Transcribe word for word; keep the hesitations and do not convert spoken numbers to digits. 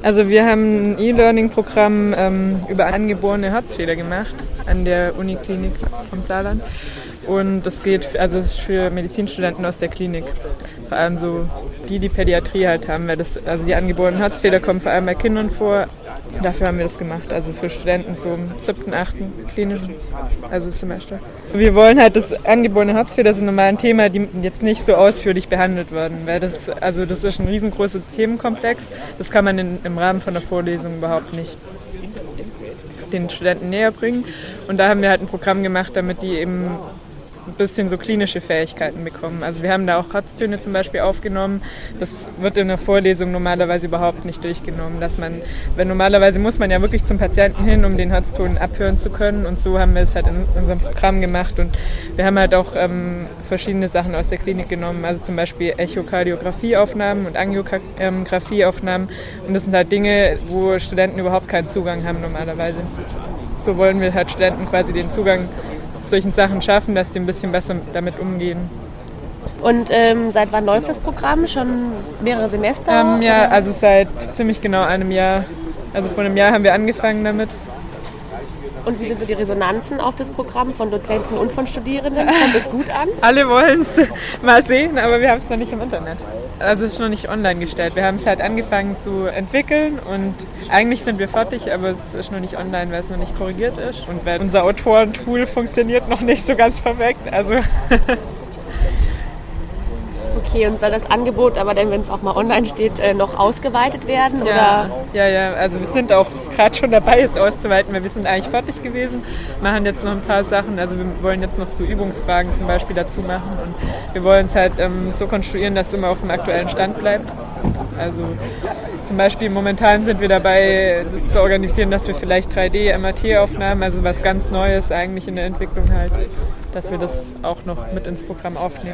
Also wir haben ein E-Learning-Programm ähm, über angeborene Herzfehler gemacht an der Uniklinik vom Saarland. Und das geht, also es ist für Medizinstudenten aus der Klinik. Vor allem so die, die Pädiatrie halt haben, weil das, also die angeborenen Herzfehler kommen vor allem bei Kindern vor. Dafür haben wir das gemacht, also für Studenten so im siebten, achten klinischen, also Semester. Wir wollen halt, das angeborene Herzfehler sind normal ein Thema, die jetzt nicht so ausführlich behandelt werden, weil das, also das ist ein riesengroßer Themenkomplex. Das kann man in, im Rahmen von der Vorlesung überhaupt nicht den Studenten näher bringen. Und da haben wir halt ein Programm gemacht, damit die eben ein bisschen so klinische Fähigkeiten bekommen. Also wir haben da auch Herztöne zum Beispiel aufgenommen. Das wird in der Vorlesung normalerweise überhaupt nicht durchgenommen. Dass man, weil normalerweise muss man ja wirklich zum Patienten hin, um den Herzton abhören zu können. Und so haben wir es halt in unserem Programm gemacht. Und wir haben halt auch ähm, verschiedene Sachen aus der Klinik genommen. Also zum Beispiel Echokardiografieaufnahmen und Angiografieaufnahmen. Und das sind halt Dinge, wo Studenten überhaupt keinen Zugang haben normalerweise. So wollen wir halt Studenten quasi den Zugang zu solchen Sachen schaffen, dass die ein bisschen besser damit umgehen. Und ähm, seit wann läuft das Programm? Schon mehrere Semester? Ähm, ja, oder? also seit ziemlich genau einem Jahr. Also vor einem Jahr haben wir angefangen damit. Und wie sind so die Resonanzen auf das Programm von Dozenten und von Studierenden? Kommt es gut an? Alle wollen es mal sehen, aber wir haben es noch nicht im Internet. Also es ist noch nicht online gestellt. Wir haben es halt angefangen zu entwickeln und eigentlich sind wir fertig, aber es ist noch nicht online, weil es noch nicht korrigiert ist. Und weil unser Autorentool funktioniert noch nicht so ganz perfekt. Also okay, und soll das Angebot aber dann, wenn es auch mal online steht, noch ausgeweitet werden? Ja, oder? ja, ja. Also wir sind auch gerade schon dabei, es auszuweiten, weil wir sind eigentlich fertig gewesen, machen jetzt noch ein paar Sachen. Also wir wollen jetzt noch so Übungsfragen zum Beispiel dazu machen und wir wollen es halt ähm, so konstruieren, dass es immer auf dem aktuellen Stand bleibt. Also zum Beispiel momentan sind wir dabei, das zu organisieren, dass wir vielleicht drei D-M R T-Aufnahmen, also was ganz Neues eigentlich in der Entwicklung halt, dass wir das auch noch mit ins Programm aufnehmen.